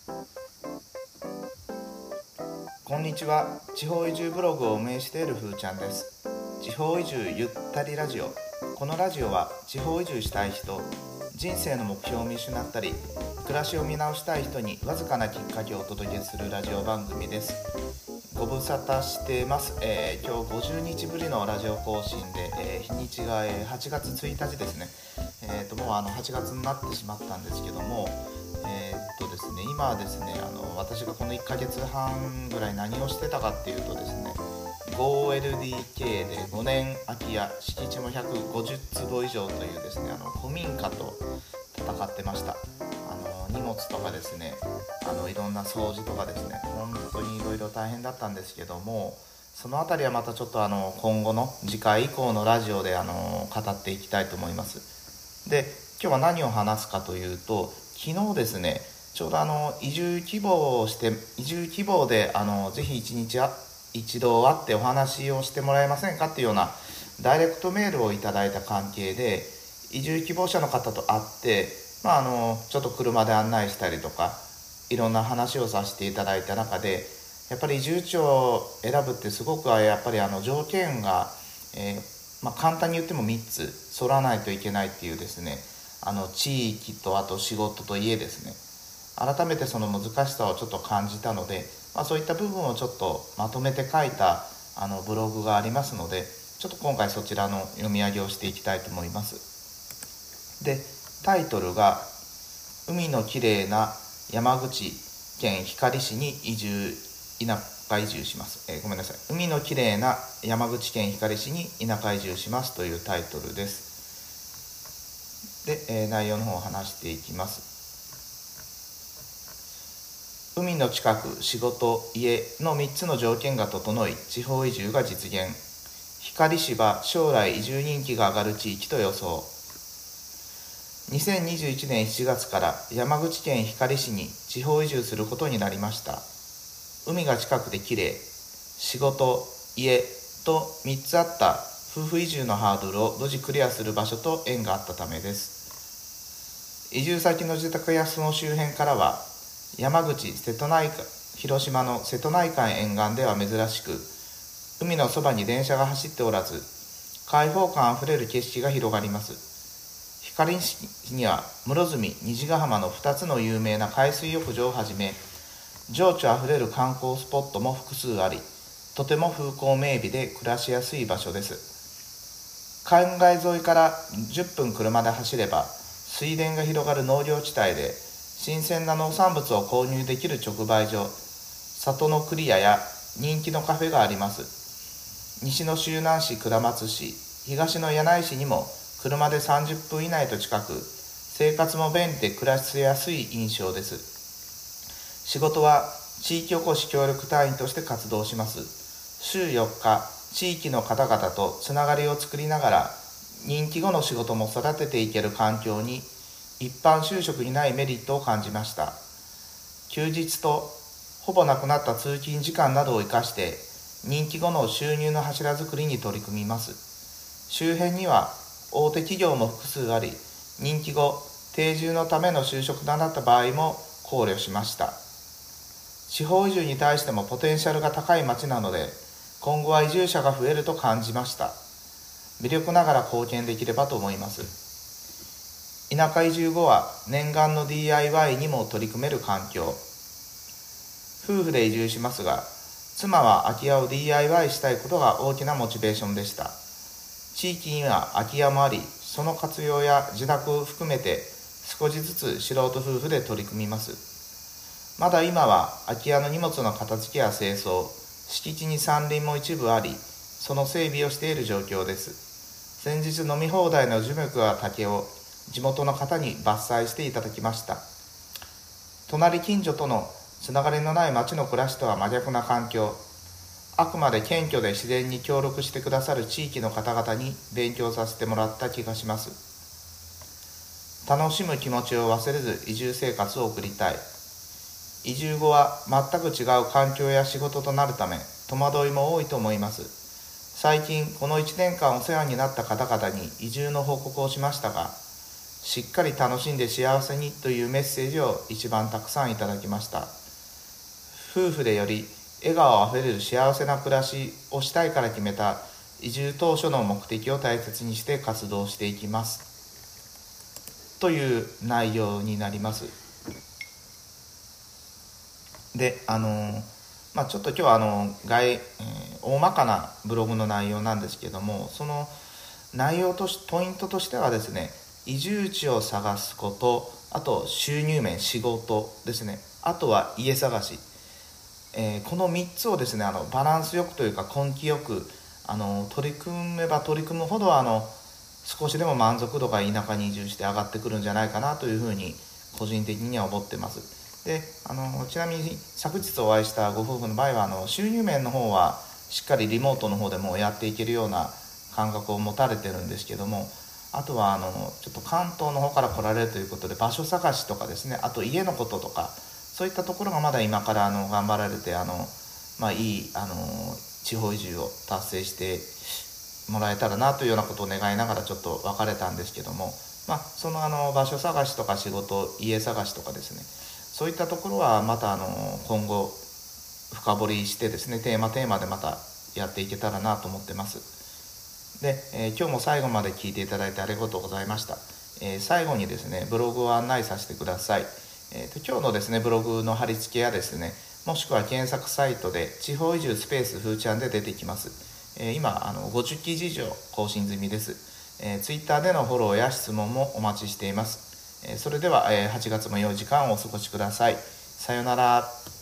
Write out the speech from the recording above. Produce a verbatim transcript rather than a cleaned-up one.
こんにちは。地方移住ブログを運営しているふーちゃんです。地方移住ゆったりラジオ。このラジオは地方移住したい人、人生の目標を見失ったり、暮らしを見直したい人にわずかなきっかけをお届けするラジオ番組です。ご無沙汰してます。えー、今日ごじゅうにちぶりのラジオ更新で、えー、日にちがはちがつついたちですね。えーともうあのはちがつになってしまったんですけども、えーっとですね今はですねあの私がこのいっかげつはんぐらい何をしてたかっていうとですね ごエルディーケー でごねん空き家、敷地もひゃくごじゅっつぼ以上というですねあの古民家と戦ってました。あの荷物とかですねあのいろんな掃除とかですね本当にいろいろ大変だったんですけども、そのあたりはまたちょっとあの今後の次回以降のラジオであの語っていきたいと思います。で今日は何を話すかというと、昨日ですねちょうどあの移住希望をして移住希望であのぜひ一日あ一度会ってお話をしてもらえませんかっていうようなダイレクトメールをいただいた関係で、移住希望者の方と会って、まあ、あのちょっと車で案内したりとかいろんな話をさせていただいた中で、やっぱり移住地を選ぶってすごくやっぱりあの条件が、えーまあ、簡単に言ってもみっつ揃わないといけないっていうですね、あの地域とあと仕事と家ですね、改めてその難しさをちょっと感じたので、まあ、そういった部分をちょっとまとめて書いたあのブログがありますので、ちょっと今回そちらの読み上げをしていきたいと思います。でタイトルが海のきれいな山口県光市に移住田舎移住します、えー、ごめんなさい海のきれいな山口県光市に田舎移住しますというタイトルです。で、えー、内容の方を話していきます。海の近く、仕事、家のみっつの条件が整い地方移住が実現。光市は将来移住人気が上がる地域と予想。にせんにじゅういちねんしちがつから山口県光市に地方移住することになりました。海が近くできれい、仕事、家とみっつあった夫婦移住のハードルを無事クリアする場所と縁があったためです。移住先の自宅やその周辺からは山口、瀬戸内海、広島の瀬戸内海沿岸では珍しく、海のそばに電車が走っておらず、開放感あふれる景色が広がります。光市には室積、虹ヶ浜のふたつの有名な海水浴場をはじめ、情緒あふれる観光スポットも複数あり、とても風光明媚で暮らしやすい場所です。海岸沿いからじゅっぷん車で走れば、水田が広がる農業地帯で、新鮮な農産物を購入できる直売所、里の栗屋や人気のカフェがあります。西の周南市倉松市、東の柳井市にも車でさんじゅっぷん以内と近く、生活も便利で暮らしやすい印象です。仕事は地域おこし協力隊員として活動します。週よっか、地域の方々とつながりを作りながら、任期後の仕事も育てていける環境に、一般就職にないメリットを感じました。休日とほぼなくなった通勤時間などを生かして、任期後の収入の柱作りに取り組みます。周辺には大手企業も複数あり、任期後、定住のための就職となった場合も考慮しました。地方移住に対してもポテンシャルが高い町なので、今後は移住者が増えると感じました。微力ながら貢献できればと思います。田舎移住後は念願の ディーアイワイ にも取り組める環境。夫婦で移住しますが、妻は空き家を ディーアイワイ したいことが大きなモチベーションでした。地域には空き家もあり、その活用や自宅を含めて少しずつ素人夫婦で取り組みます。まだ今は空き家の荷物の片付けや清掃、敷地に山林も一部あり、その整備をしている状況です。先日飲み放題の樹木や竹を地元の方に伐採していただきました。隣近所とのつながりのない町の暮らしとは真逆な環境。あくまで謙虚で自然に協力してくださる地域の方々に勉強させてもらった気がします。楽しむ気持ちを忘れず移住生活を送りたい。移住後は全く違う環境や仕事となるため戸惑いも多いと思います。最近このいちねんかんお世話になった方々に移住の報告をしましたが、 しっかり楽しんで幸せにというメッセージを一番たくさんいただきました。夫婦でより笑顔あふれる幸せな暮らしをしたいから決めた移住当初の目的を大切にして活動していきますという内容になります。で、あのまあ、ちょっと今日はあの外、えー、大まかなブログの内容なんですけども、その内容としポイントとしてはですね、移住地を探すこと、あと収入面、仕事ですね、あとは家探し、えー、このみっつをですね、あのバランスよくというか根気よくあの取り組めば取り組むほどあの少しでも満足度が田舎に移住して上がってくるんじゃないかなというふうに個人的には思ってます。で、あのちなみに昨日お会いしたご夫婦の場合はあの収入面の方はしっかりリモートの方でもやっていけるような感覚を持たれてるんですけども、あとはあのちょっと関東の方から来られるということで場所探しとかですね、あと家のこととかそういったところがまだ今からあの頑張られてあの、まあ、いいあの地方移住を達成してもらえたらなというようなことを願いながらちょっと別れたんですけども、まあ、そのあの場所探しとか仕事、家探しとかですね、そういったところはまたあの今後深掘りしてですね、テーマテーマでまたやっていけたらなと思ってます。で、えー、今日も最後まで聞いていただいてありがとうございました。えー、最後にですねブログを案内させてください。えー、と今日のですねブログの貼り付けやですね、もしくは検索サイトで地方移住スペースフーチャンで出てきます。えー、今あのごじゅっきじ以上更新済みです。えー、ツイッターでのフォローや質問もお待ちしています。えー、それでは、えー、はちがつも良い時間をお過ごしください。さよなら。